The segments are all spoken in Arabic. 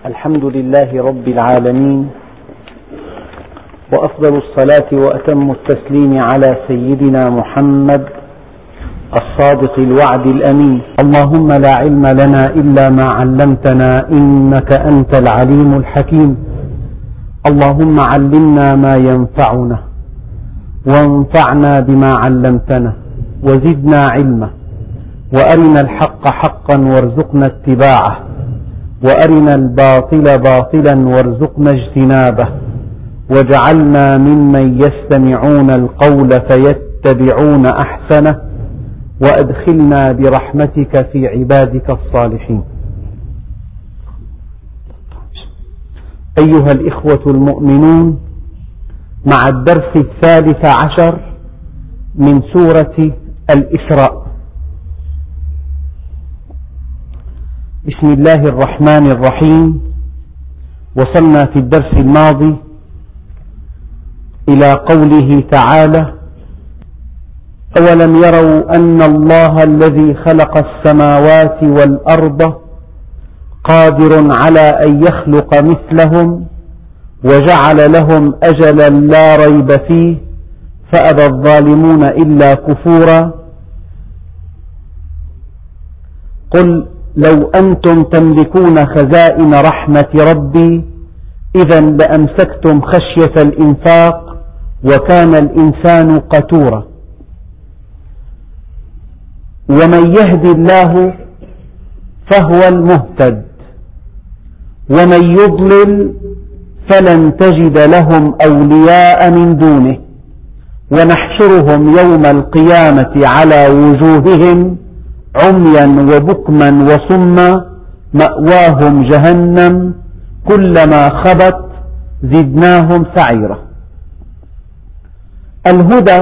الحمد لله رب العالمين، وأفضل الصلاة وأتم التسليم على سيدنا محمد الصادق الوعد الأمين. اللهم لا علم لنا إلا ما علمتنا إنك أنت العليم الحكيم. اللهم علمنا ما ينفعنا وانفعنا بما علمتنا وزدنا علما، وأرنا الحق حقا وارزقنا اتباعه، وأرنا الباطل باطلا وارزقنا اجتنابه، واجعلنا ممن يستمعون القول فيتبعون أحسنه، وأدخلنا برحمتك في عبادك الصالحين. أيها الإخوة المؤمنون، مع الدرس 13 من سورة الإسراء. بسم الله الرحمن الرحيم. وصلنا في الدرس الماضي إلى قوله تعالى: أولم يروا أن الله الذي خلق السماوات والأرض قادر على أن يخلق مثلهم وجعل لهم أجلا لا ريب فيه فأبى الظالمون إلا كفورا. قل لو أنتم تملكون خزائن رحمة ربي إذا لأمسكتم خشية الإنفاق وكان الإنسان قتورا. ومن يهد الله فهو المهتد ومن يضلل فلن تجد لهم أولياء من دونه ونحشرهم يوم القيامة على وجوههم عميا وبكما وصما مأواهم جهنم كلما خبت زدناهم سعيرا. الهدى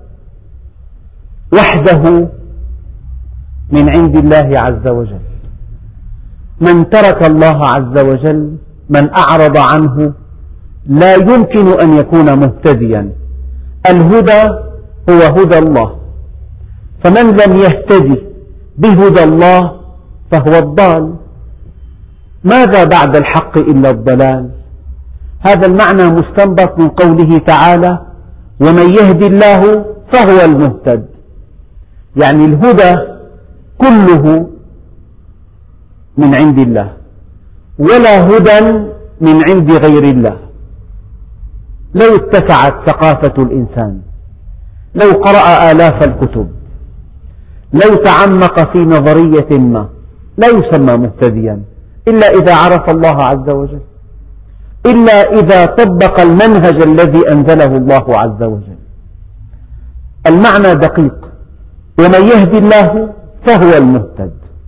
وحده من عند الله عز وجل. من ترك الله عز وجل، من أعرض عنه، لا يمكن أن يكون مهتديا. الهدى هو هدى الله، فمن لم يهتدي بهدى الله فهو الضال. ماذا بعد الحق إلا الضلال؟ هذا المعنى مستنبط من قوله تعالى: ومن يهدي الله فهو المهتد. يعني الهدى كله من عند الله، ولا هدى من عند غير الله. لو اتسعت ثقافة الإنسان، لو قرأ آلاف الكتب، لو تعمق في نظرية ما، لا يسمى مهتديا إلا إذا عرف الله عز وجل، إلا إذا طبق المنهج الذي أنزله الله عز وجل. المعنى دقيق: ومن يهدي الله فهو المهتد.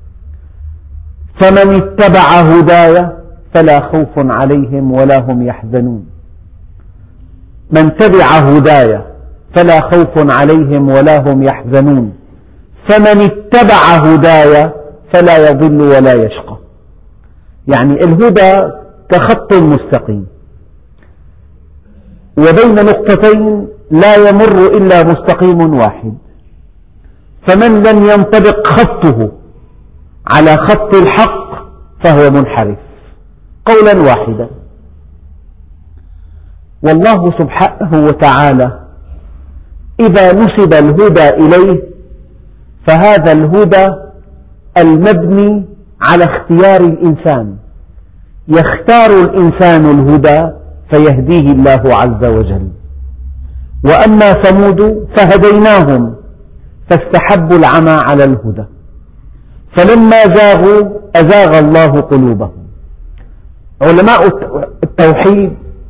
فمن اتبع هداي فلا خوف عليهم ولا هم يحزنون. من تبع هداي فلا خوف عليهم ولا هم يحزنون. فمن اتبع هداي فلا يضل ولا يشقى. يعني الهدى كخط مستقيم، وبين نقطتين لا يمر إلا مستقيم واحد. فمن لم ينطبق خطه على خط الحق فهو منحرف قولا واحدا. والله سبحانه وتعالى إذا نسب الهدى إليه فهذا الهدى المبني على اختيار الإنسان. يختار الإنسان الهدى فيهديه الله عز وجل. وأما ثمود فهديناهم فاستحبوا العمى على الهدى فلما زاغوا أزاغ الله قلوبهم. علماء التوحيد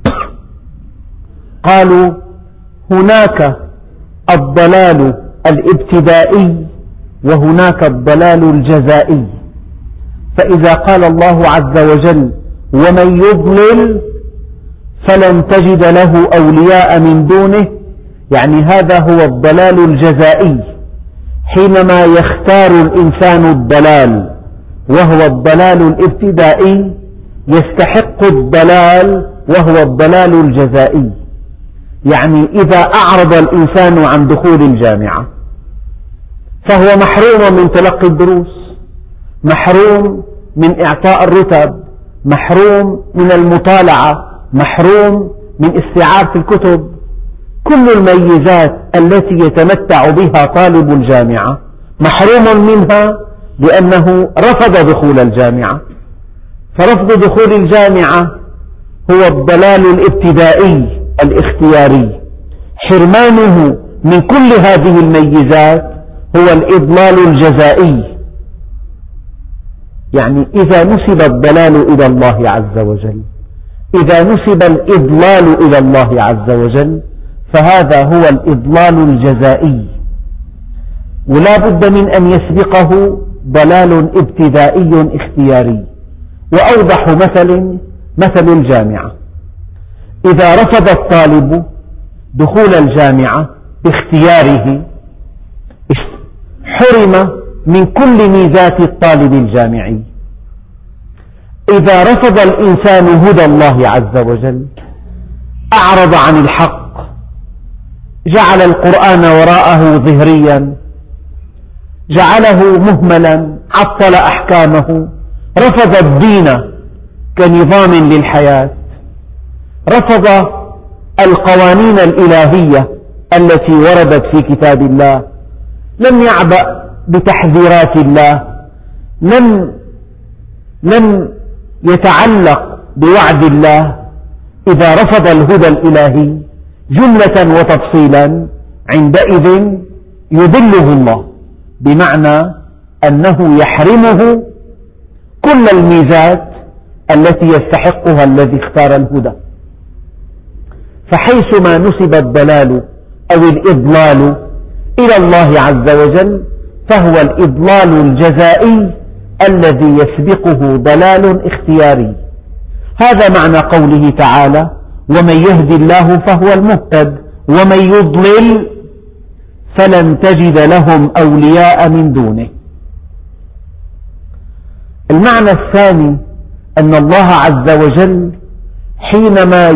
قالوا هناك الضلال الابتدائي وهناك الضلال الجزائي. فإذا قال الله عز وجل: ومن يضلل فلن تجد له أولياء من دونه، يعني هذا هو الضلال الجزائي، حينما يختار الإنسان الضلال وهو الضلال الابتدائي يستحق الضلال وهو الضلال الجزائي. يعني إذا أعرض الإنسان عن دخول الجامعة فهو محروم من تلقي الدروس، محروم من إعطاء الرتب، محروم من المطالعة، محروم من استيعاب الكتب. كل الميزات التي يتمتع بها طالب الجامعة محروم منها لأنه رفض دخول الجامعة. فرفض دخول الجامعة هو الضلال الابتدائي الاختياري، حرمانه من كل هذه الميزات هو الإضلال الجزائي. يعني إذا نسب الضلال إلى الله عز وجل، إذا نسب الإضلال إلى الله عز وجل، فهذا هو الإضلال الجزائي، ولا بد من أن يسبقه ضلال ابتدائي اختياري. وأوضح مثل الجامعة. إذا رفض الطالب دخول الجامعة باختياره حرم من كل ميزات الطالب الجامعي. إذا رفض الإنسان هدى الله عز وجل، أعرض عن الحق، جعل القرآن وراءه ظهريا، جعله مهملا، عطل أحكامه، رفض الدين كنظام للحياة، رفض القوانين الإلهية التي وردت في كتاب الله، لم يعبأ بتحذيرات الله، لم يتعلق بوعد الله. إذا رفض الهدى الإلهي جملة وتفصيلا عندئذ يضله الله، بمعنى أنه يحرمه كل الميزات التي يستحقها الذي اختار الهدى. فحيثما نسب الضلال أو الإضلال إلى الله عز وجل فهو الإضلال الجزائي الذي يسبقه ضلال اختياري. هذا معنى قوله تعالى: ومن يهد الله فهو المهتد ومن يضلل فلن تجد لهم أولياء من دونه. المعنى الثاني أن الله عز وجل حينما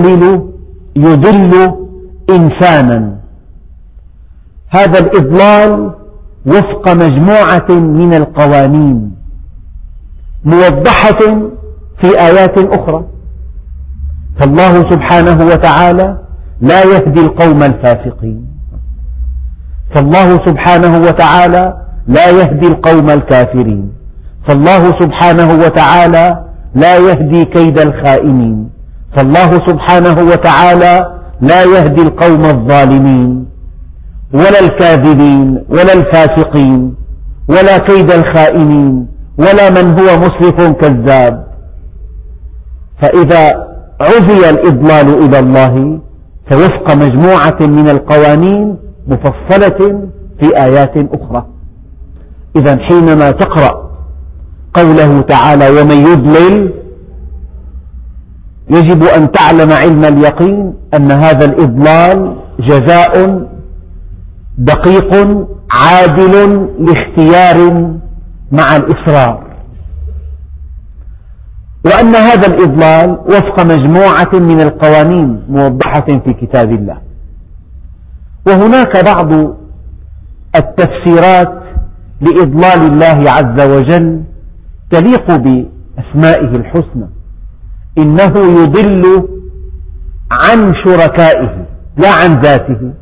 يضل إنسانا، هذا الإضلال وفق مجموعة من القوانين موضحة في آيات أخرى. فالله سبحانه وتعالى لا يهدي القوم الفاسقين، فالله سبحانه وتعالى لا يهدي القوم الكافرين، فالله سبحانه وتعالى لا يهدي كيد الخائنين، فالله سبحانه وتعالى لا يهدي القوم الظالمين ولا الكاذبين ولا الفاسقين ولا كيد الخائنين ولا من هو مسرف كذاب. فإذا عزي الإضلال إلى الله فوفق مجموعة من القوانين مفصلة في آيات أخرى. إذا حينما تقرأ قوله تعالى: ومن يضلل، يجب أن تعلم علم اليقين أن هذا الإضلال جزاء دقيق عادل لاختيار مع الإصرار، وأن هذا الإضلال وفق مجموعة من القوانين موضحة في كتاب الله. وهناك بعض التفسيرات لإضلال الله عز وجل تليق بأسمائه الحسنى. إنه يضل عن شركائه لا عن ذاته،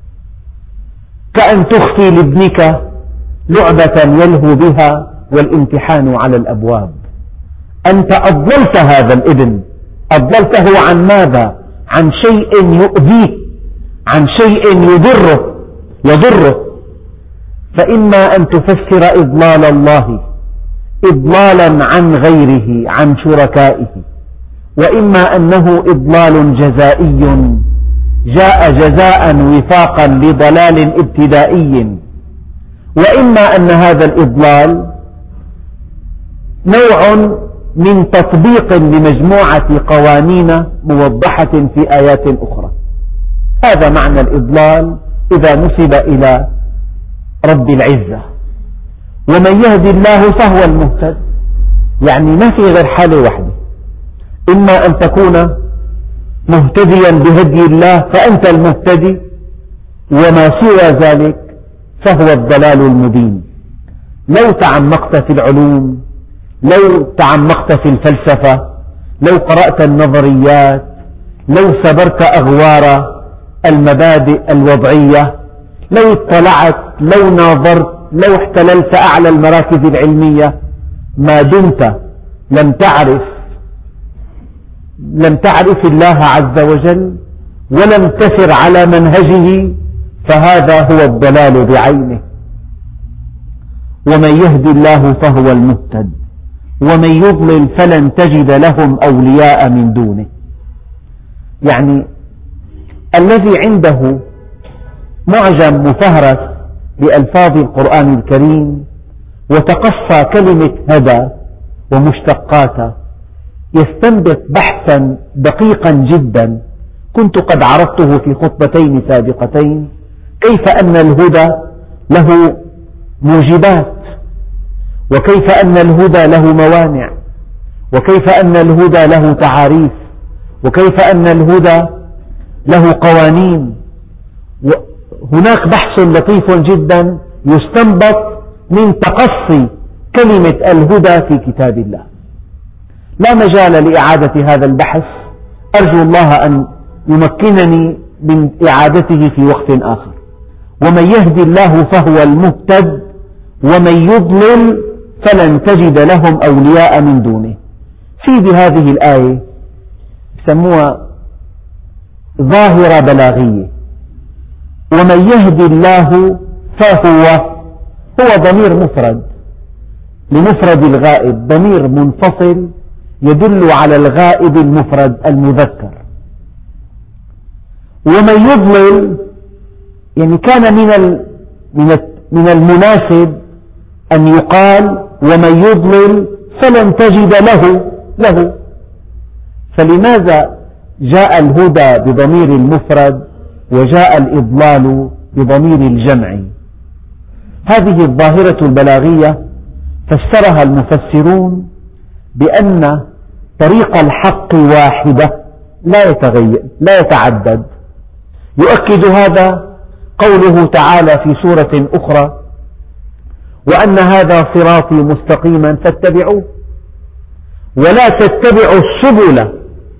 كأن تخفي لابنك لعبة يلهو بها والامتحان على الأبواب. أنت أضللت هذا الابن، أضللته عن ماذا؟ عن شيء يؤذيه، عن شيء يضره. فإما أن تفسر إضلال الله إضلالا عن غيره عن شركائه، وإما أنه إضلال جزائي جاء جزاء وفاقا لضلال ابتدائي، وإما أن هذا الإضلال نوع من تطبيق لمجموعة قوانين موضحة في آيات أخرى. هذا معنى الإضلال إذا نسب إلى رب العزة. ومن يهد الله فهو المهتد، يعني ما في غير حالة واحدة: إما أن تكون مهتديا بهدي الله فأنت المهتدي، وما سوى ذلك فهو الضلال المبين. لو تعمقت في العلوم لو تعمقت في الفلسفة، لو قرأت النظريات، لو سبرت أغوار المبادئ الوضعية، لو اطلعت، لو ناظرت، لو احتللت أعلى المراكز العلمية، ما دمت لم تعرف الله عز وجل ولم تسر على منهجه، فهذا هو الضلال بعينه. ومن يهد الله فهو المهتد ومن يضلل فلن تجد لهم أولياء من دونه. يعني الذي عنده معجم مفهرس بألفاظ القرآن الكريم وتقصى كلمة هدى ومشتقاتها يستنبط بحثا دقيقا جدا، كنت قد عرضته في خطبتين سابقتين، كيف أن الهدى له موجبات، وكيف أن الهدى له موانع، وكيف أن الهدى له تعاريف، وكيف أن الهدى له قوانين. هناك بحث لطيف جدا يستنبط من تقصي كلمة الهدى في كتاب الله. لا مجال لإعادة هذا البحث، أرجو الله أن يمكنني من إعادته في وقت آخر. ومن يهد الله فهو المهتد ومن يضلل فلن تجد لهم أولياء من دونه. في بهذه الآية يسموها ظاهرة بلاغية. ومن يهد الله هو ضمير مفرد لمفرد الغائب، ضمير منفصل يدل على الغائب المفرد المذكر. ومن يضلل يعني كان من المناسب أن يقال ومن يضلل فلن تجد له. فلماذا جاء الهدى بضمير المفرد وجاء الإضلال بضمير الجمع؟ هذه الظاهرة البلاغية فسرها المفسرون بأن طريق الحق واحدة لا يتعدد. يؤكد هذا قوله تعالى في سورة أخرى: وأن هذا صراطي مستقيما فاتبعوه ولا تتبعوا السبل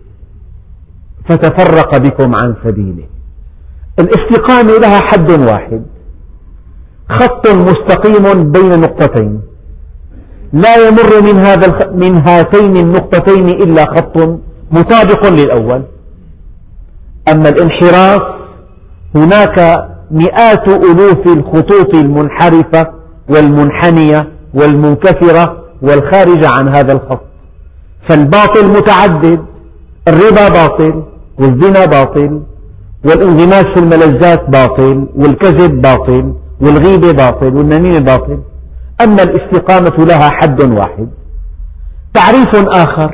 فتفرق بكم عن سبيله. الاستقامة لها حد واحد، خط مستقيم بين نقطتين، لا يمر من هاتين النقطتين إلا خط مطابق للأول. أما الانحراف هناك مئات ألوف الخطوط المنحرفة والمنحنية والمنكسرة والخارجة عن هذا الخط. فالباطل متعدد، الربا باطل، والزنا باطل، والانغماس في الملذات باطل، والكذب باطل، والغيبة باطل، والنميمة باطل. أما الاستقامة لها حد واحد. تعريف آخر: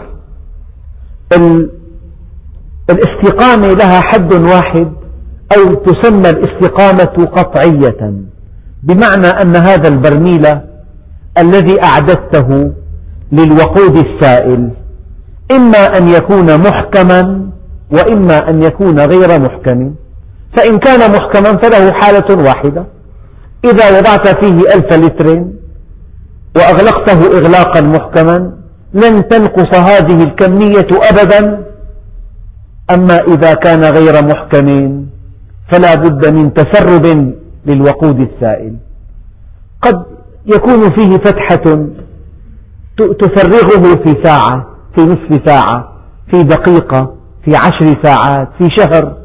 الاستقامة لها حد واحد، أو تسمى الاستقامة قطعية، بمعنى أن هذا البرميل الذي أعددته للوقود السائل إما أن يكون محكما وإما أن يكون غير محكم. فإن كان محكما فله حالة واحدة: إذا وضعت فيه 1000 لتر وأغلقته إغلاقا محكما لن تنقص هذه الكمية أبدا. أما إذا كان غير محكم فلا بد من تسرب للوقود السائل، قد يكون فيه فتحة تفرغه في ساعة، في نصف ساعة، في دقيقة، في 10 ساعات، في شهر.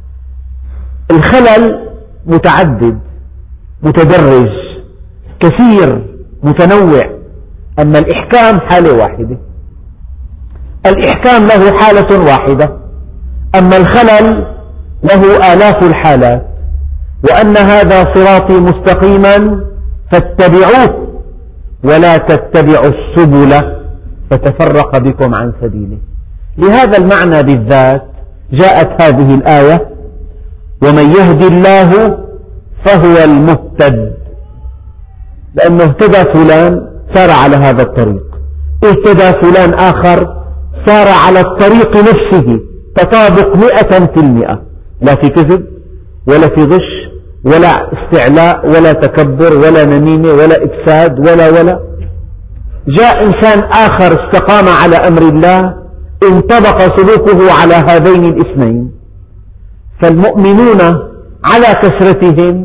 الخلل متعدد متدرج كثير متنوع. أما الإحكام حالة واحدة، الإحكام له حالة واحدة. أما الخلل له آلاف الحالات. وأن هذا صراطي مستقيما فاتبعوه ولا تتبعوا السبل فتفرق بكم عن سبيله. لهذا المعنى بالذات جاءت هذه الآية: ومن يهد الله فهو المهتد، لأنه اهتدى فلان سار على هذا الطريق، اهتدى فلان آخر سار على الطريق نفسه تطابق 100%، لا في كذب ولا في غش ولا استعلاء ولا تكبر ولا نميمة ولا إفساد ولا. جاء إنسان آخر استقام على أمر الله انطبق سلوكه على هذين الاثنين. فالمؤمنون على كثرتهم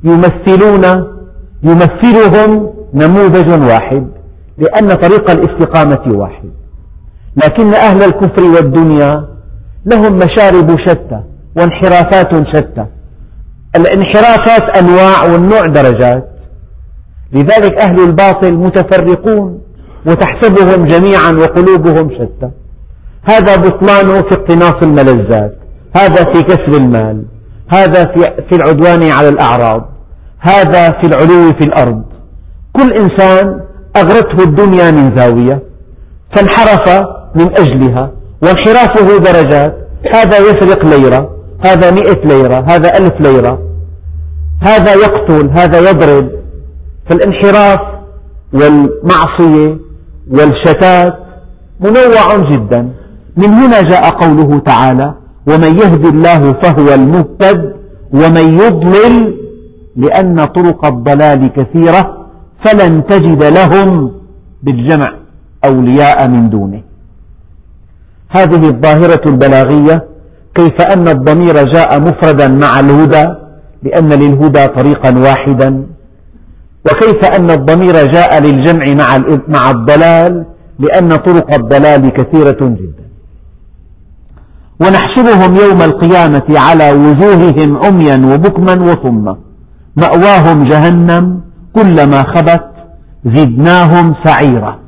يمثلهم نموذج واحد، لأن طريق الاستقامة واحد. لكن أهل الكفر والدنيا لهم مشارب شتى وانحرافات شتى. الانحرافات أنواع والنوع درجات، لذلك أهل الباطل متفرقون وتحسبهم جميعا وقلوبهم شتى. هذا بطلانه في اقتناص الملذات، هذا في كسب المال، هذا في العدوان على الأعراض، هذا في العلو في الأرض. كل إنسان أغرته الدنيا من زاوية فانحرف من أجلها، وانحرافه درجات، هذا يسرق ليرة، هذا 100 ليرة، هذا 1000 ليرة، هذا يقتل، هذا يضرب. فالانحراف والمعصية والشتات منوع جدا. من هنا جاء قوله تعالى: ومن يهد الله فهو المهتد ومن يضلل لأن طرق الضلال كثيرة فلن تجد لهم بالجمع أولياء من دونه. هذه الظاهرة البلاغية، كيف أن الضمير جاء مفردا مع الهدى لأن للهدى طريقا واحدا، وكيف أن الضمير جاء للجمع مع الضلال لأن طرق الضلال كثيرة جدا. ونحشرهم يوم القيامة على وجوههم عميا وبكما وصما مأواهم جهنم كلما خبت زدناهم سعيرا.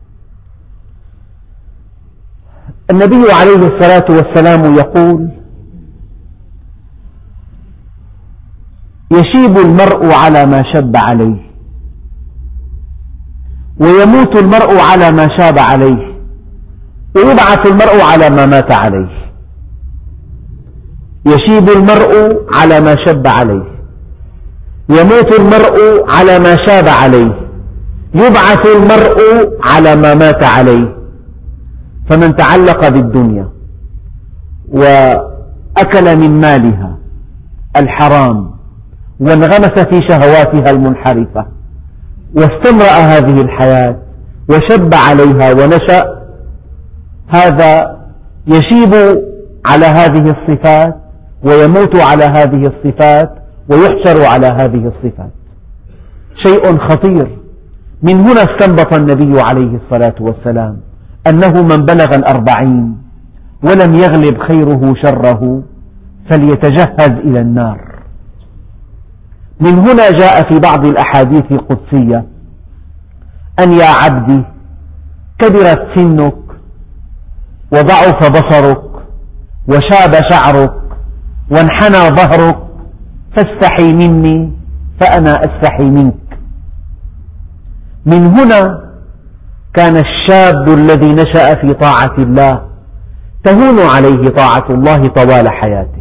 النبي عليه الصلاة والسلام يقول: يشيب المرء على ما شب عليه، ويموت المرء على ما شاب عليه، ويبعث المرء على ما مات عليه. يشيب المرء على ما شب عليه، يموت المرء على ما شاب عليه، يبعث المرء على ما مات عليه. فمن تعلق بالدنيا وأكل من مالها الحرام وانغمس في شهواتها المنحرفة واستمرأ هذه الحياة وشب عليها ونشأ، هذا يشيب على هذه الصفات ويموت على هذه الصفات ويحشر على هذه الصفات. شيء خطير. من هنا استنبط النبي عليه الصلاة والسلام أنه من بلغ 40 ولم يغلب خيره شره فليتجهز إلى النار. من هنا جاء في بعض الأحاديث القدسية: أن يا عبدي كبرت سنك وضعف بصرك وشاب شعرك وانحنى ظهرك فاستحي مني فأنا أستحي منك. من هنا كان الشاب الذي نشأ في طاعة الله تهون عليه طاعة الله طوال حياته.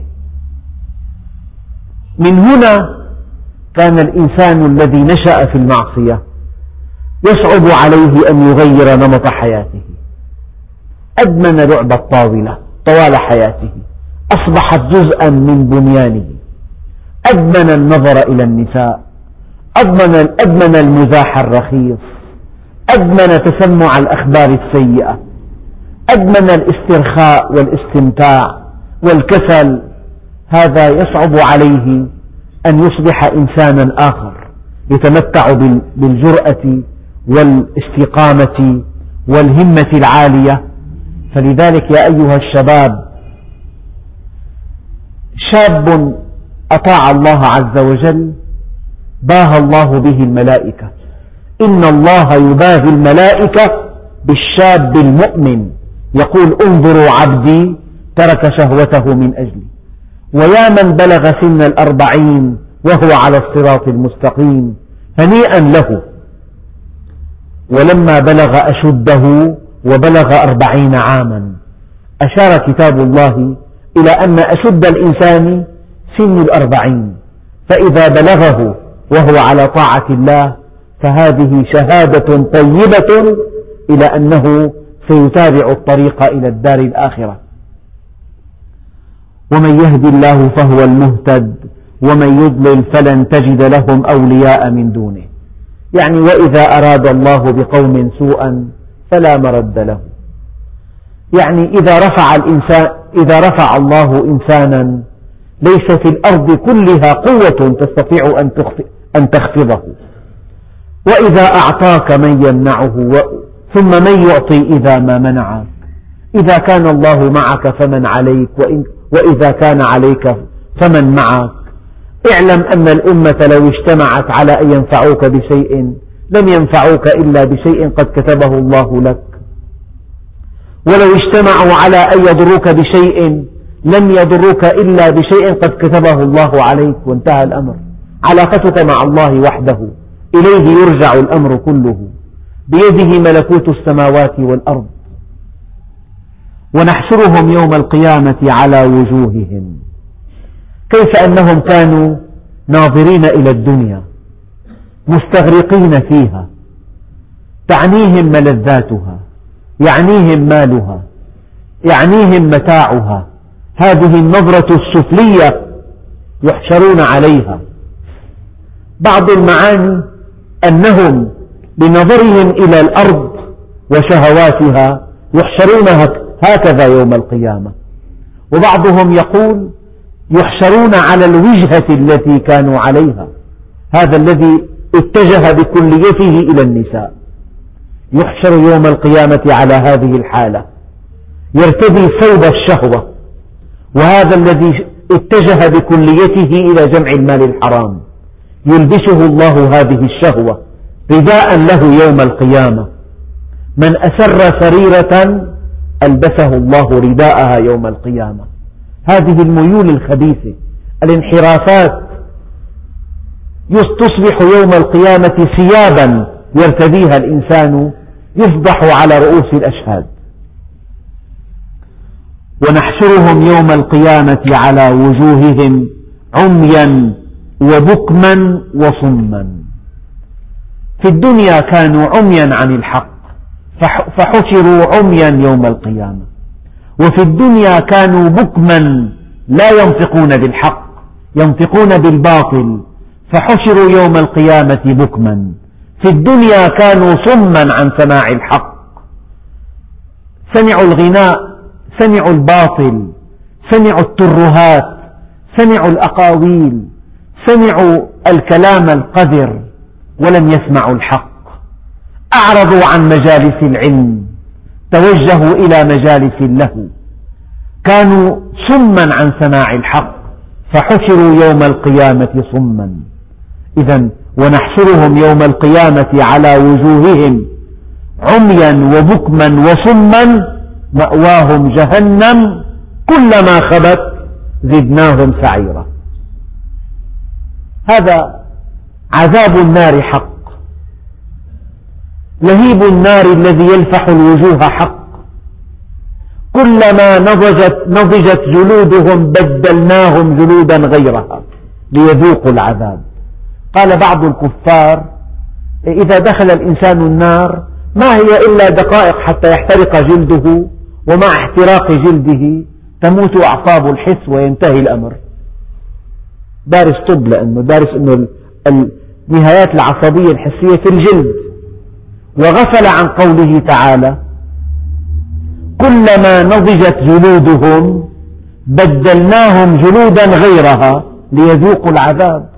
من هنا كان الإنسان الذي نشأ في المعصية يصعب عليه أن يغير نمط حياته. أدمن لعب الطاولة طوال حياته، أصبحت جزءا من بنيانه. أدمن النظر إلى النساء، أدمن المزاح الرخيص، أدمن تسمع الأخبار السيئة، أدمن الاسترخاء والاستمتاع والكسل. هذا يصعب عليه أن يصبح إنسانا آخر يتمتع بالجرأة والاستقامة والهمة العالية. فلذلك يا أيها الشباب، شاب أطاع الله عز وجل باهى الله به الملائكة. إن الله يباهي الملائكة بالشاب المؤمن، يقول: انظروا عبدي ترك شهوته من أجلي. ويا من بلغ سن 40 وهو على الصراط المستقيم، هنيئا له. ولما بلغ أشده وبلغ 40 عاما، أشار كتاب الله إلى أن أشد الإنسان سن 40، فإذا بلغه وهو على طاعة الله فهذه شهادة طيبة إلى أنه سيتابع الطريق إلى الدار الآخرة. ومن يهد الله فهو المهتد ومن يضلل فلن تجد لهم أولياء من دونه. يعني وإذا أراد الله بقوم سوءا فلا مرد له. يعني إذا رفع الله إنسانا ليس في الأرض كلها قوة تستطيع أن تخفضه. وإذا أعطاك من يمنعه ثم من يعطي إذا ما منعك. إذا كان الله معك فمن عليك، وإذا كان عليك فمن معك. اعلم أن الأمة لو اجتمعت على أن ينفعوك بشيء لم ينفعوك إلا بشيء قد كتبه الله لك، ولو اجتمعوا على أن يضروك بشيء لم يضروك إلا بشيء قد كتبه الله عليك، وانتهى الأمر. علاقتك مع الله وحده، إليه يرجع الأمر كله، بيده ملكوت السماوات والأرض. ونحشرهم يوم القيامة على وجوههم، كيف أنهم كانوا ناظرين إلى الدنيا مستغرقين فيها، تعنيهم ملذاتها، يعنيهم مالها، يعنيهم متاعها، هذه النظرة السفلية يحشرون عليها. بعض المعاني أنهم بنظرهم إلى الأرض وشهواتها يحشرون هكذا يوم القيامة، وبعضهم يقول يحشرون على الوجهة التي كانوا عليها، هذا الذي اتجه بكليته إلى النساء يحشر يوم القيامة على هذه الحالة، يرتدي ثوب الشهوة، وهذا الذي اتجه بكليته إلى جمع المال الحرام يلبسه الله هذه الشهوة رداء له يوم القيامة. من أسر سريرة ألبسه الله رداءها يوم القيامة. هذه الميول الخبيثة، الانحرافات، تصبح يوم القيامة ثيابا يرتديها الإنسان يفضح على رؤوس الأشهاد. ونحشرهم يوم القيامة على وجوههم عميا وبكما وصما. في الدنيا كانوا عميا عن الحق فحشروا عميا يوم القيامة، وفي الدنيا كانوا بكما لا ينطقون بالحق، ينطقون بالباطل، فحشروا يوم القيامة بكما. في الدنيا كانوا صما عن سماع الحق، سمعوا الغناء، سمعوا الباطل، سمعوا الترهات، سمعوا الأقاويل، سمعوا الكلام القذر ولم يسمعوا الحق. أعرضوا عن مجالس العلم، توجهوا إلى مجالس اللهو، كانوا صما عن سماع الحق فحشروا يوم القيامة صما. إذن ونحشرهم يوم القيامة على وجوههم عميا وبكما وصما مأواهم جهنم كلما خبت زدناهم سعيرا. هذا عذاب النار حق، لهيب النار الذي يلفح الوجوه حق. كلما نضجت جلودهم بدلناهم جلودا غيرها ليذوقوا العذاب. قال بعض الكفار إذا دخل الإنسان النار ما هي إلا دقائق حتى يحترق جلده، ومع احتراق جلده تموت أعصاب الحس وينتهي الأمر. دارس طب، لأنه دارس أنه النهايات العصبية الحسية في الجلد، وغفل عن قوله تعالى كلما نضجت جلودهم بدلناهم جلودا غيرها ليذوقوا العذاب.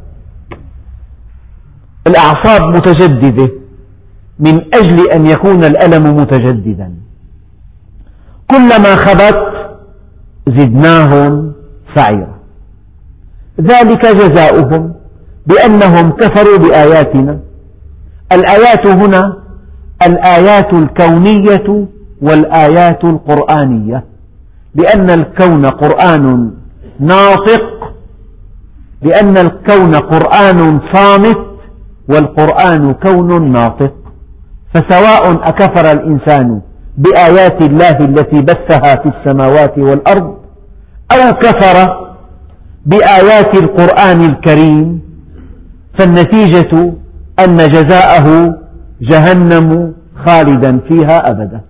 الأعصاب متجددة من أجل أن يكون الألم متجددا، كلما خبت زدناهم سعيرا. ذلك جزاؤهم بأنهم كفروا بآياتنا. الآيات هنا الآيات الكونية والآيات القرآنية، لأن الكون قرآن ناطق، لأن الكون قرآن صامت والقرآن كون ناطق. فسواء أكفر الإنسان بآيات الله التي بثها في السماوات والأرض أو كفر بآيات القرآن الكريم، فالنتيجة أن جزاءه جهنم خالدا فيها أبدا.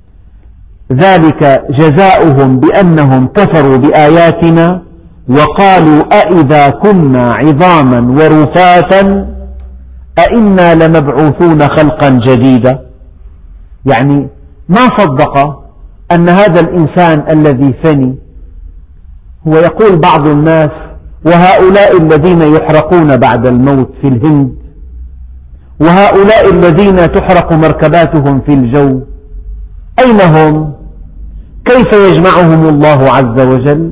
ذلك جزاؤهم بأنهم كفروا بآياتنا وقالوا أإذا كنا عظاما ورفاتا أئنا لمبعوثون خلقا جديدا، يعني ما صدق أن هذا الإنسان الذي فني، هو يقول بعض الناس وهؤلاء الذين يحرقون بعد الموت في الهند، وهؤلاء الذين تحرق مركباتهم في الجو، أين هم؟ كيف يجمعهم الله عز وجل؟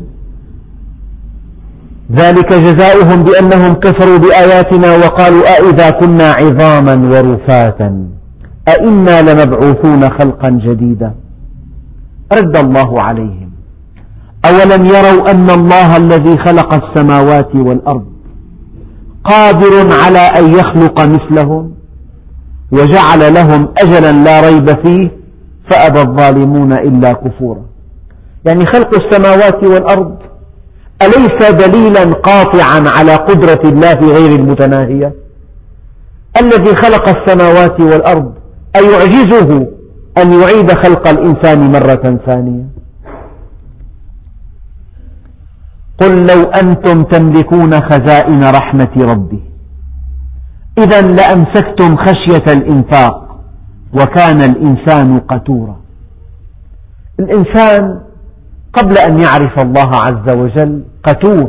ذلك جزاؤهم بأنهم كفروا بآياتنا وقالوا أئذا كنا عظاما ورفاتا أئنا لمبعوثون خلقا جديدا. رد الله عليهم: أولم يروا أن الله الذي خلق السماوات والأرض قادر على أن يخلق مثلهم وجعل لهم أجلا لا ريب فيه فأبى الظالمون إلا كفورا. يعني خلق السماوات والأرض أليس دليلا قاطعا على قدرة الله غير المتناهية؟ الذي خلق السماوات والأرض أيعجزه أن يعيد خلق الإنسان مرة ثانية؟ قل لو أنتم تملكون خزائن رحمة ربي إذا لأمسكتم خشية الإنفاق وكان الإنسان قتورا. الإنسان قبل أن يعرف الله عز وجل قتور،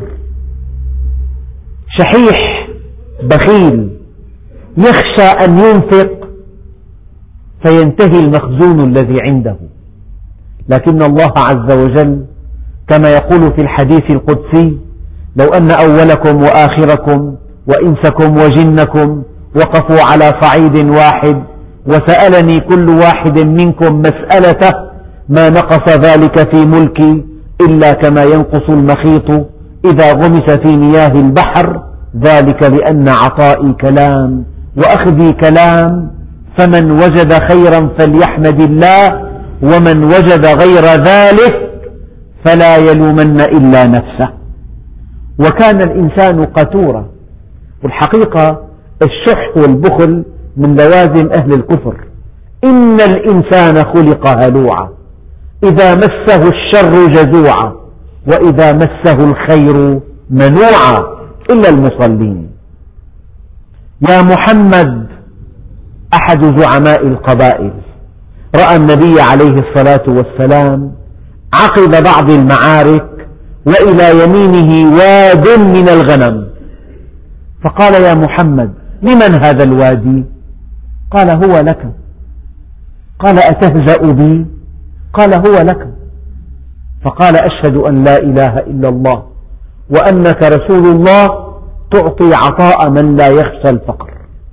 شحيح، بخيل، يخشى أن ينفق فينتهي المخزون الذي عنده. لكن الله عز وجل كما يقول في الحديث القدسي: لو أن أولكم وآخركم وإنسكم وجنكم وقفوا على صعيد واحد وسألني كل واحد منكم مسألته ما نقص ذلك في ملكي إلا كما ينقص المخيط إذا غمس في مياه البحر، ذلك لأن عطائي كلام وأخذي كلام، فمن وجد خيرا فليحمد الله ومن وجد غير ذلك فلا يلومن إلا نفسه. وكان الإنسان قتورا. والحقيقة الشح والبخل من لوازم أهل الكفر. إن الإنسان خلق هلوعا إذا مسه الشر جزوعا وإذا مسه الخير منوعا إلا المصلين. يا محمد، أحد زعماء القبائل رأى النبي عليه الصلاة والسلام عقب بعض المعارك وإلى يمينه واد من الغنم، فقال: يا محمد، لمن هذا الوادي؟ قال: هو لك. قال: أتهزأ بي؟ قال: هو لك. فقال: أشهد أن لا إله إلا الله وأنك رسول الله تعطي عطاء من لا يخشى الفقر.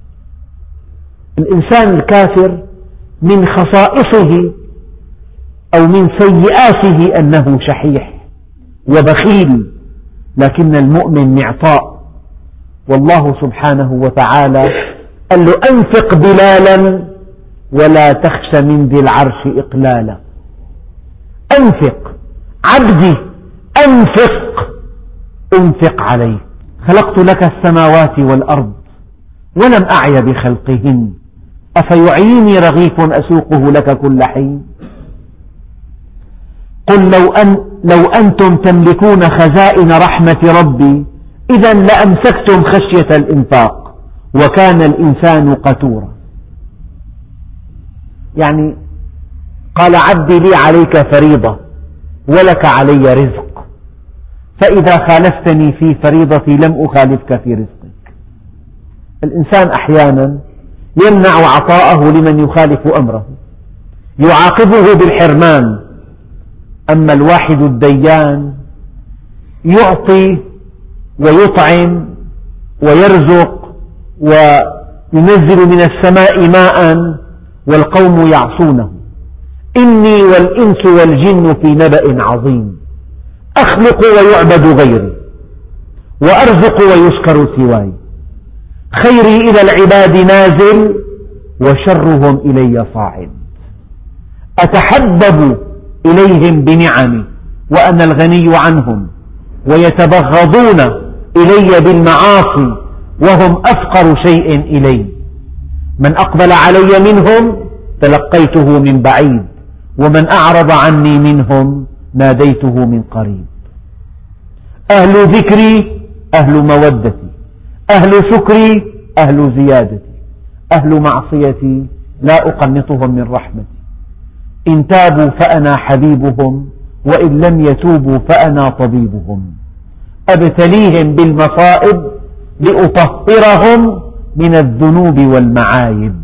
الإنسان الكافر من خصائصه أو من سيئاته أنه شحيح وبخيل، لكن المؤمن معطاء. والله سبحانه وتعالى قال له: أنفق بلالا ولا تخش من ذي العرش إقلالا. أنفق عبدي، أنفق عليك. خلقت لك السماوات والأرض ولم أعي بخلقهن أفيعيني رغيف أسوقه لك كل حين. قل لو أنتم تملكون خزائن رحمة ربي إذا لأمسكتم خشية الإنفاق وكان الإنسان قتورا. يعني قال: عبدي لي عليك فريضة ولك علي رزق، فإذا خالفتني في فريضتي لم أخالفك في رزقك. الإنسان أحيانا يمنع عطاءه لمن يخالف أمره، يعاقبه بالحرمان. أما الواحد الديان يعطي ويطعم ويرزق وينزل من السماء ماء والقوم يعصونه. إني والإنس والجن في نبأ عظيم، أخلق ويعبد غيري وأرزق ويشكر سواي، خيري إلى العباد نازل وشرهم إلي صاعد، أتحبب إليهم بنعمي وأنا الغني عنهم ويتبغضون إلي بالمعاصي وهم أفقر شيء إلي. من أقبل علي منهم تلقيته من بعيد ومن أعرض عني منهم ناديته من قريب. أهل ذكري أهل مودتي، أهل شكري أهل زيادتي. أهل معصيتي لا أقنطهم من رحمتي، إن تابوا فأنا حبيبهم وإن لم يتوبوا فأنا طبيبهم، أبتليهم بالمصائب لأطهرهم من الذنوب والمعايب.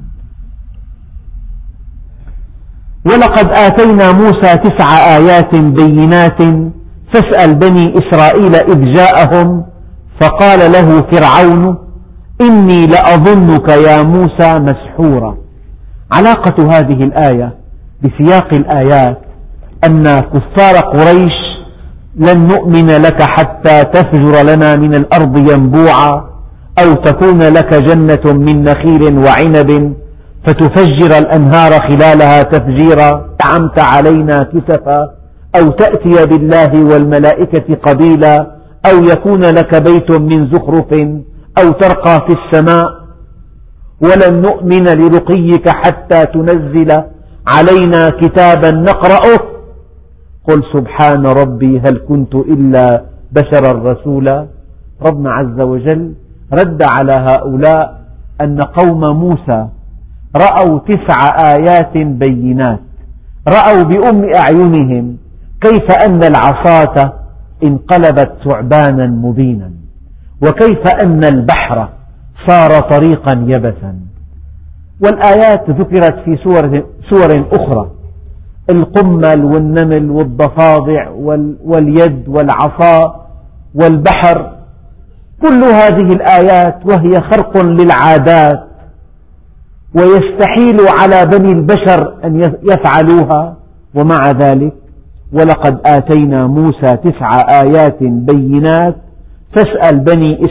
ولقد آتينا موسى 9 آيات بينات فاسأل بني إسرائيل إذ جاءهم فقال له فرعون إني لأظنك يا موسى مسحورا. علاقة هذه الآية بسياق الآيات أن كفار قريش لن نؤمن لك حتى تفجر لنا من الأرض ينبوعا أو تكون لك جنة من نخيل وعنب فتفجر الأنهار خلالها تفجيرا زعمت علينا كسفا أو تأتي بالله والملائكة قبيلا أو يكون لك بيت من زخرف أو ترقى في السماء ولن نؤمن لرقيك حتى تنزل علينا كتابا نقرأه قل سبحان ربي هل كنت إلا بشرا رسولا. ربنا عز وجل رد على هؤلاء أن قوم موسى رأوا 9 آيات بينات، رأوا بأم أعينهم كيف أن العصاة انقلبت ثعبانا مبينا، وكيف أن البحر صار طريقا يبسا. والآيات ذكرت في سور أخرى، القمل والنمل والضفادع واليد والعصا والبحر، كل هذه الآيات وهي خرق للعادات ويستحيل على بني البشر أن يفعلوها، ومع ذلك ولقد آتينا موسى 9 آيات بينات فاسأل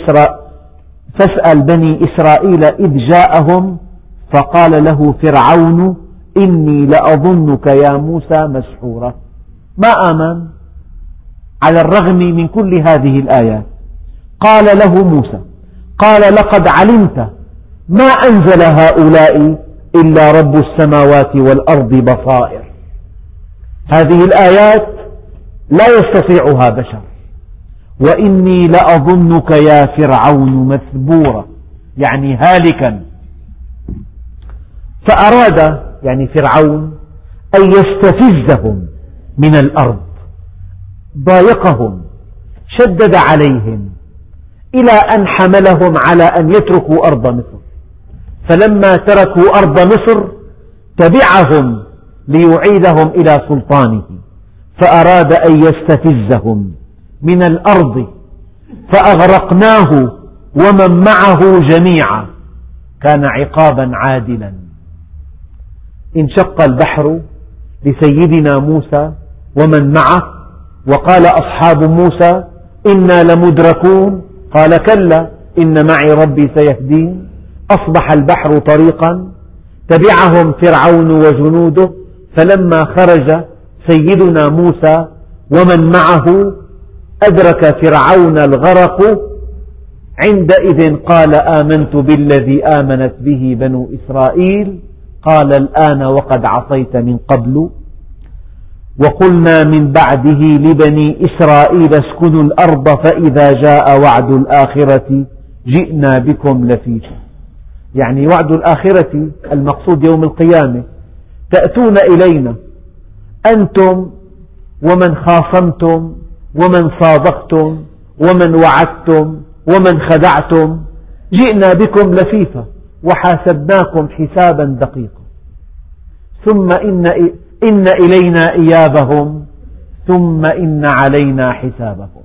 بني إسرائيل إذ جاءهم فقال له فرعون إني لأظنك يا موسى مسحورا. ما آمن على الرغم من كل هذه الآيات. قال له موسى قال لقد علمت ما أنزل هؤلاء إلا رب السماوات والأرض بصائر. هذه الآيات لا يستطيعها بشر، وإني لأظنك يا فرعون مثبورا، يعني هالكا. فأراد يعني فرعون أن يستفزهم من الأرض، ضايقهم، شدد عليهم إلى أن حملهم على أن يتركوا أرض مصر، فلما تركوا أرض مصر تبعهم ليعيدهم إلى سلطانه، فأراد أن يستفزهم من الأرض فأغرقناه ومن معه جميعا، كان عقابا عادلا. انشق البحر لسيدنا موسى ومن معه، وقال أصحاب موسى إنا لمدركون، قال كلا إن معي ربي سيهدين. أصبح البحر طريقا، تبعهم فرعون وجنوده، فلما خرج سيدنا موسى ومن معه أدرك فرعون الغرق، عندئذ قال آمنت بالذي آمنت به بنو إسرائيل، قال الآن وقد عصيت من قبل. وقلنا من بعده لبني إسرائيل اسكنوا الأرض فإذا جاء وعد الآخرة جئنا بكم لفيفا. يعني وعد الآخرة المقصود يوم القيامة، تأتون إلينا أنتم ومن خاصمتم ومن صادقتم ومن وعدتم ومن خدعتم، جئنا بكم لفيفا وحاسبناكم حسابا دقيقا، ثم إن إلينا إيابهم ثم إن علينا حسابهم.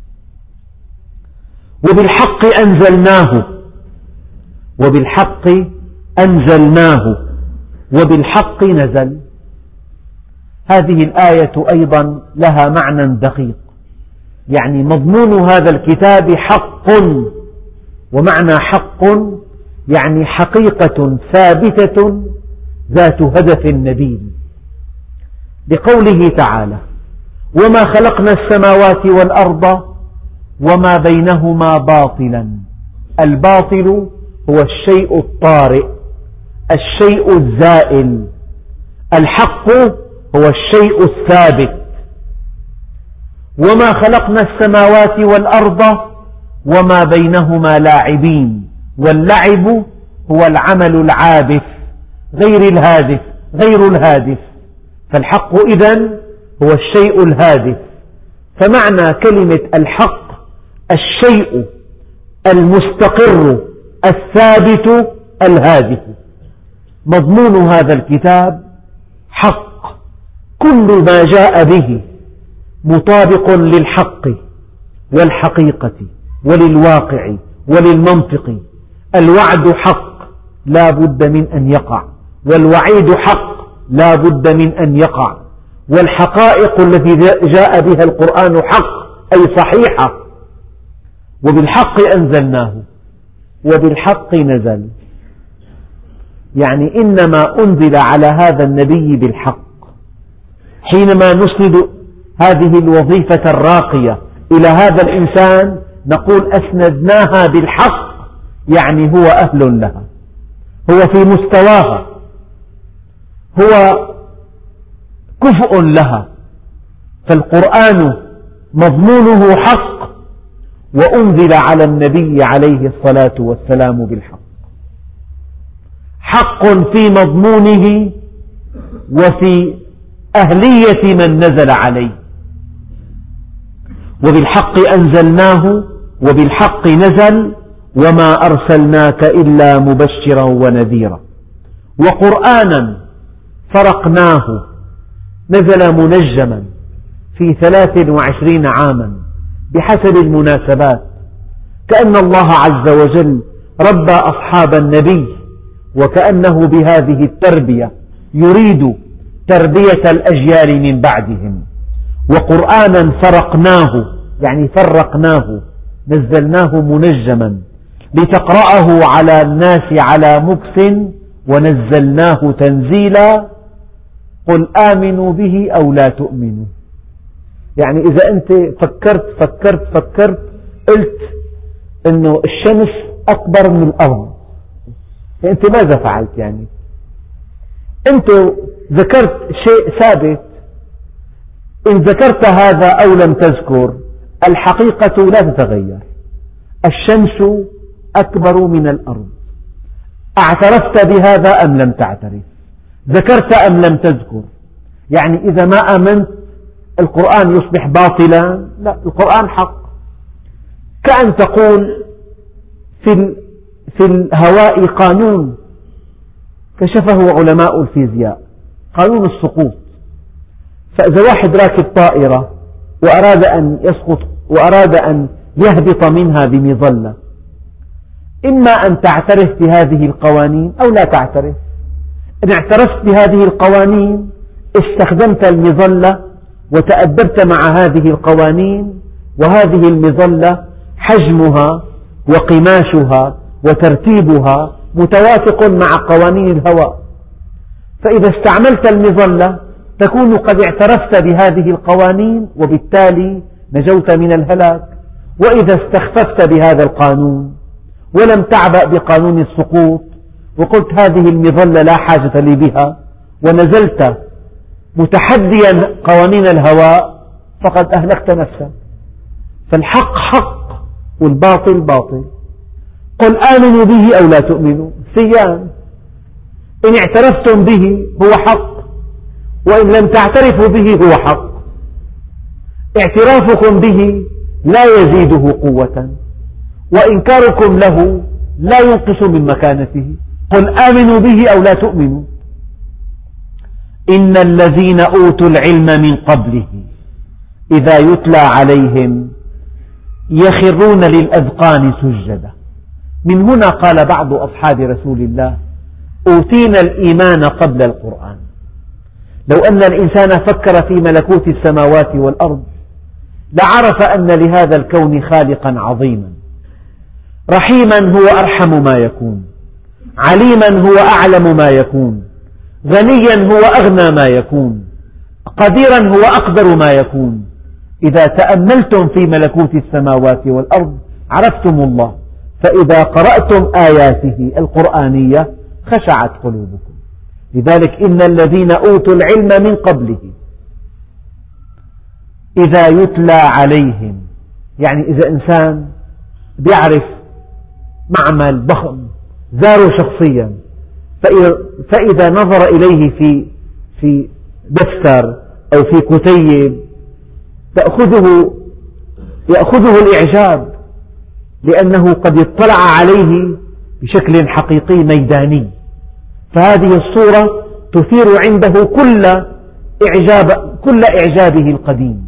وبالحق أنزلناه وبالحق نزل. هذه الآية أيضا لها معنى دقيق، يعني مضمون هذا الكتاب حق، ومعنى حق يعني حقيقة ثابتة ذات هدف نبيل، لقوله تعالى وما خلقنا السماوات والأرض وما بينهما باطلا. الباطل هو الشيء الطارئ، الشيء الزائل، الحق هو الشيء الثابت. وما خلقنا السماوات والأرض وما بينهما لاعبين، واللعب هو العمل العابث غير الهادف. فالحق إذن هو الشيء الهادف. فمعنى كلمة الحق الشيء المستقر الثابت الهادف. مضمون هذا الكتاب حق، كل ما جاء به مطابق للحق والحقيقة وللواقع وللمنطق. الوعد حق لا بد من أن يقع، والوعيد حق لا بد من أن يقع، والحقائق التي جاء بها القرآن حق أي صحيحة. وبالحق أنزلناه وبالحق نزل، يعني إنما أنزل على هذا النبي بالحق. حينما نسند هذه الوظيفة الراقية إلى هذا الإنسان نقول أسندناها بالحق، يعني هو أهل لها، هو في مستواها، هو كفء لها. فالقرآن مضمونه حق، وأنزل على النبي عليه الصلاة والسلام بالحق. حق في مضمونه وفي أهلية من نزل عليه. وبالحق أنزلناه وبالحق نزل وما أرسلناك إلا مبشرا ونذيرا. وقرآنا فرقناه نزل منجما في 23 عاما بحسب المناسبات، كأن الله عز وجل ربى أصحاب النبي، وكأنه بهذه التربية يريد تربية الأجيال من بعدهم. وقرآنا فرقناه يعني فرقناه، نزلناه منجما لتقرأه على الناس على مكث ونزلناه تنزيلا. قل آمنوا به أو لا تؤمنوا. يعني إذا أنت فكرت قلت أنه الشمس أكبر من الأرض، أنت ماذا فعلت؟ يعني أنت ذكرت شيء ثابت. إن ذكرت هذا أو لم تذكر الحقيقة لا تتغير. الشمس أكبر من الأرض، اعترفت بهذا أم لم تعترف؟ ذكرت أم لم تذكر؟ يعني إذا ما آمنت القرآن يصبح باطلا؟ لا، القرآن حق. كأن تقول في الهواء قانون كشفه علماء الفيزياء، قانون السقوط. فإذا واحد راكب طائرة وأراد أن يسقط وأراد أن يهبط منها بمظلة، إما أن تعترف بهذه القوانين أو لا تعترف. إن اعترفت بهذه القوانين استخدمت المظلة وتأدبت مع هذه القوانين، وهذه المظلة حجمها وقماشها وترتيبها متوافق مع قوانين الهواء. فإذا استعملت المظلة تكون قد اعترفت بهذه القوانين، وبالتالي نجوت من الهلاك. وإذا استخففت بهذا القانون ولم تعبأ بقانون السقوط وقلت هذه المظلة لا حاجة لي بها، ونزلت متحديا قوانين الهواء، فقد أهلكت نفسك. فالحق حق والباطل باطل. قل آمنوا به أو لا تؤمنوا، سيان. إن اعترفتم به هو حق، وإن لم تعترفوا به هو حق. اعترافكم به لا يزيده قوة، وإنكاركم له لا ينقص من مكانته. قل آمنوا به أو لا تؤمنوا. إن الذين أوتوا العلم من قبله إذا يتلى عليهم يخرون للأذقان سجدا. من هنا قال بعض أصحاب رسول الله: أوتينا الإيمان قبل القرآن. لو أن الإنسان فكر في ملكوت السماوات والأرض لعرف أن لهذا الكون خالقا عظيما، رحيما هو أرحم ما يكون، عليما هو أعلم ما يكون، غنيا هو أغنى ما يكون، قديرا هو أقدر ما يكون. إذا تأملتم في ملكوت السماوات والأرض عرفتم الله، فإذا قرأتم آياته القرآنية خشعت قلوبكم. لذلك إن الذين أوتوا العلم من قبله إذا يتلى عليهم، يعني إذا إنسان بيعرف معمل ضخم زاره شخصيا، فإذا نظر إليه في دفتر أو في كتيب يأخذه الإعجاب، لأنه قد اطلع عليه بشكل حقيقي ميداني، فهذه الصورة تثير عنده كل إعجابه القديم.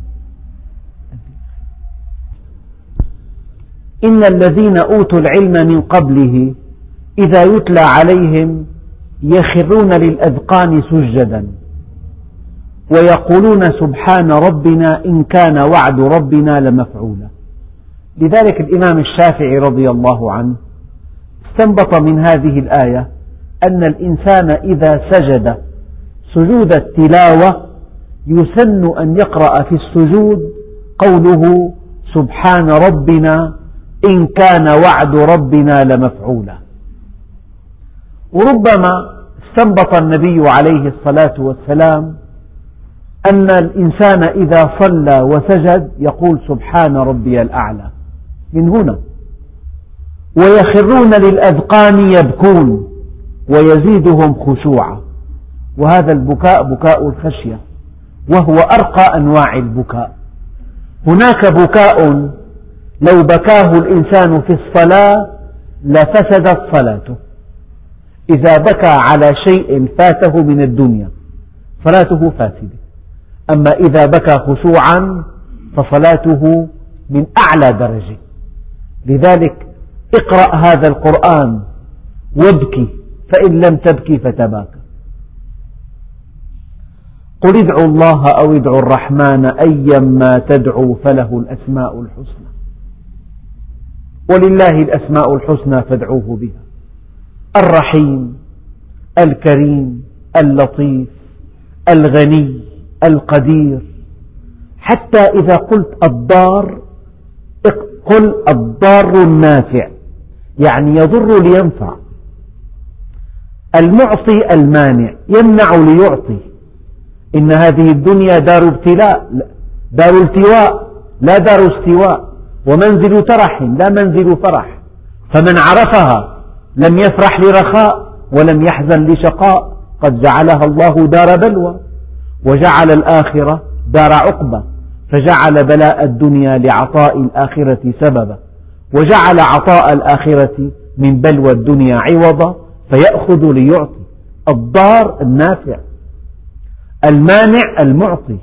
إن الذين أوتوا العلم من قبله إذا يتلى عليهم يخرون للأذقان سجدا ويقولون سبحان ربنا إن كان وعد ربنا لمفعولا. لذلك الإمام الشافعي رضي الله عنه استنبط من هذه الآية أن الإنسان إذا سجد سجود التلاوة يسن أن يقرأ في السجود قوله سبحان ربنا إن كان وعد ربنا لمفعولا. وربما استنبط النبي عليه الصلاة والسلام أن الإنسان إذا صلى وسجد يقول سبحان ربي الأعلى من هنا. ويخرون للأذقان يبكون ويزيدهم خشوعا، وهذا البكاء بكاء الخشية، وهو أرقى أنواع البكاء. هناك بكاء لو بكاه الإنسان في الصلاة لفسدت صلاته، إذا بكى على شيء فاته من الدنيا صلاته فاسدة، أما إذا بكى خشوعا فصلاته من أعلى درجة. لذلك اقرأ هذا القرآن وابكي، فإن لم تبكي فتباكى. قل ادعوا الله أو ادعوا الرحمن أيما تدعوا فله الأسماء الحسنى، ولله الأسماء الحسنى فادعوه بها، الرحيم الكريم اللطيف الغني القدير. حتى إذا قلت الضار قل الضار النافع، يعني يضر لينفع. المعطي المانع، يمنع ليعطي. إن هذه الدنيا دار ابتلاء، دار التواء لا دار استواء، ومنزل ترح لا منزل فرح، فمن عرفها لم يفرح لرخاء ولم يحزن لشقاء. قد جعلها الله دار بلوى وجعل الآخرة دار عقبة، فجعل بلاء الدنيا لعطاء الآخرة سببا، وجعل عطاء الآخرة من بلوى الدنيا عوضا، فيأخذ ليعطي. الضار النافع، المانع المعطي،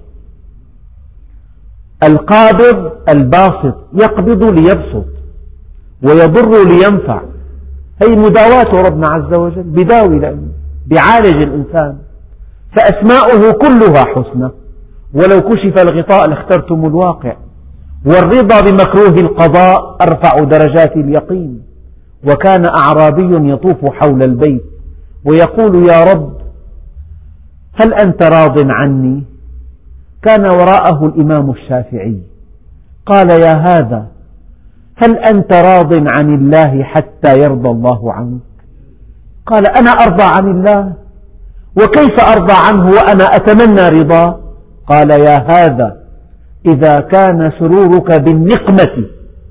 القابض الباسط، يقبض ليبسط ويضر لينفع. هي مداواة ربنا عز وجل، بداوي لأنه بيعالج الإنسان. فأسماؤه كلها حسنى، ولو كشف الغطاء لاخترتم الواقع. والرضا بمكروه القضاء أرفع درجات اليقين. وكان أعرابي يطوف حول البيت ويقول يا رب هل أنت راض عني؟ كان وراءه الإمام الشافعي قال يا هذا هل أنت راض عن الله حتى يرضى الله عنك؟ قال أنا أرضى عن الله، وكيف أرضى عنه وأنا أتمنى رضاه؟ قال يا هذا إذا كان سرورك بالنقمة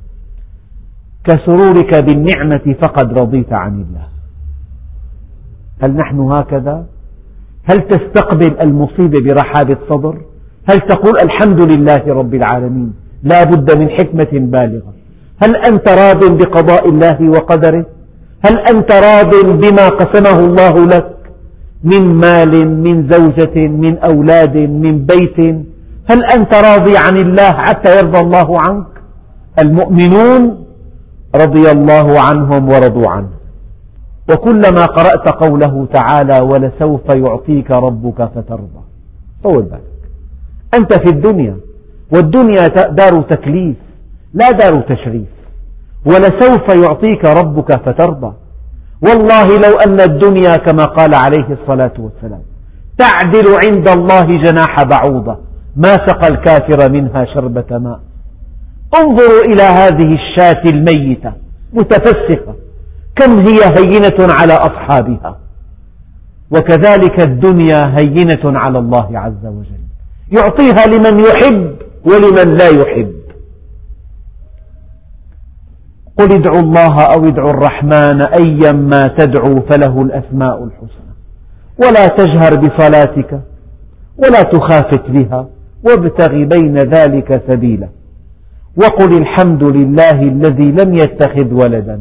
كسرورك بالنعمة فقد رضيت عن الله. هل نحن هكذا؟ هل تستقبل المصيبة برحابة صدر؟ هل تقول الحمد لله رب العالمين لا بد من حكمة بالغة؟ هل أنت راض بقضاء الله وقدره؟ هل أنت راض بما قسمه الله لك من مال، من زوجة، من أولاد، من بيت؟ هل أنت راضي عن الله حتى يرضى الله عنك؟ المؤمنون رضي الله عنهم ورضوا عنه. وكلما قرأت قوله تعالى ولسوف يعطيك ربك فترضى، طول بالك، أنت في الدنيا، والدنيا دار تكليف لا دار تشريف. ولسوف يعطيك ربك فترضى، والله لو أن الدنيا كما قال عليه الصلاة والسلام تعدل عند الله جناح بعوضة ما سقى الكافر منها شربة ماء. انظروا إلى هذه الشاة الميتة متفسخة كم هي هينة على أصحابها، وكذلك الدنيا هينة على الله عز وجل، يعطيها لمن يحب ولمن لا يحب. قل ادعوا الله أو ادعوا الرحمن أيا ما تدعوا فله الأسماء الحسنى ولا تجهر بصلاتك ولا تخافت بها وابتغ بين ذلك سبيلا وقل الحمد لله الذي لم يتخذ ولدا،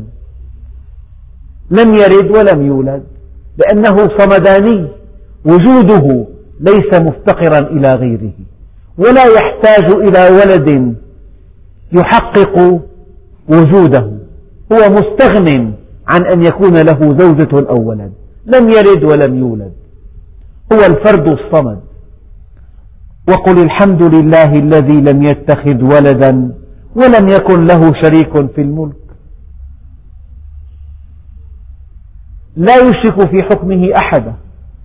لم يلد ولم يولد، لأنه صمداني، وجوده ليس مفتقرا إلى غيره، ولا يحتاج إلى ولد يحقق وجوده، هو مستغن عن أن يكون له زوجة أو ولد، لم يلد ولم يولد، هو الفرد الصمد. وقل الحمد لله الذي لم يتخذ ولدا ولم يكن له شريك في الملك، لا يشرك في حكمه أحدا،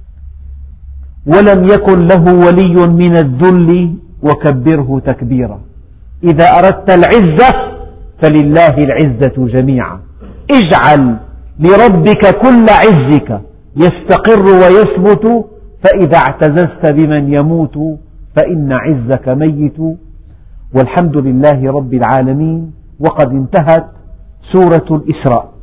ولم يكن له ولي من الذل وكبره تكبيرا. إذا أردت العزة فلله العزة جميعا، اجعل لربك كل عزك يستقر ويثبت، فإذا اعتززت بمن يموت فإن عزك ميت. والحمد لله رب العالمين. وقد انتهت سورة الإسراء.